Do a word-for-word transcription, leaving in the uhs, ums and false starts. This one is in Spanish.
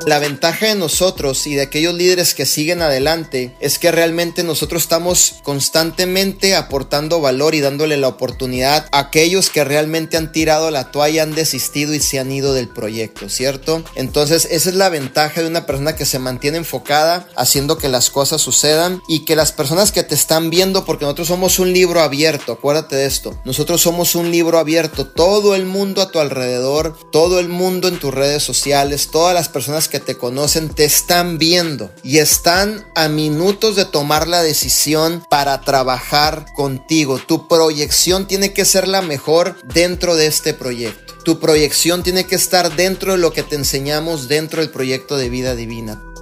La ventaja de nosotros y de aquellos líderes que siguen adelante es que realmente nosotros estamos constantemente aportando valor y dándole la oportunidad a aquellos que realmente han tirado la toalla, han desistido y se han ido del proyecto, ¿cierto? Entonces esa es la ventaja de una persona que se mantiene enfocada, haciendo que las cosas sucedan y que las personas que te están viendo, porque nosotros somos un libro abierto, acuérdate de esto, nosotros somos un libro abierto, todo el mundo a tu alrededor, todo el mundo en tus redes sociales, todas las personas que te conocen te están viendo y están a minutos de tomar la decisión para trabajar contigo. Tu proyección tiene que ser la mejor dentro de este proyecto. Tu proyección tiene que estar dentro de lo que te enseñamos dentro del proyecto de Vida Divina.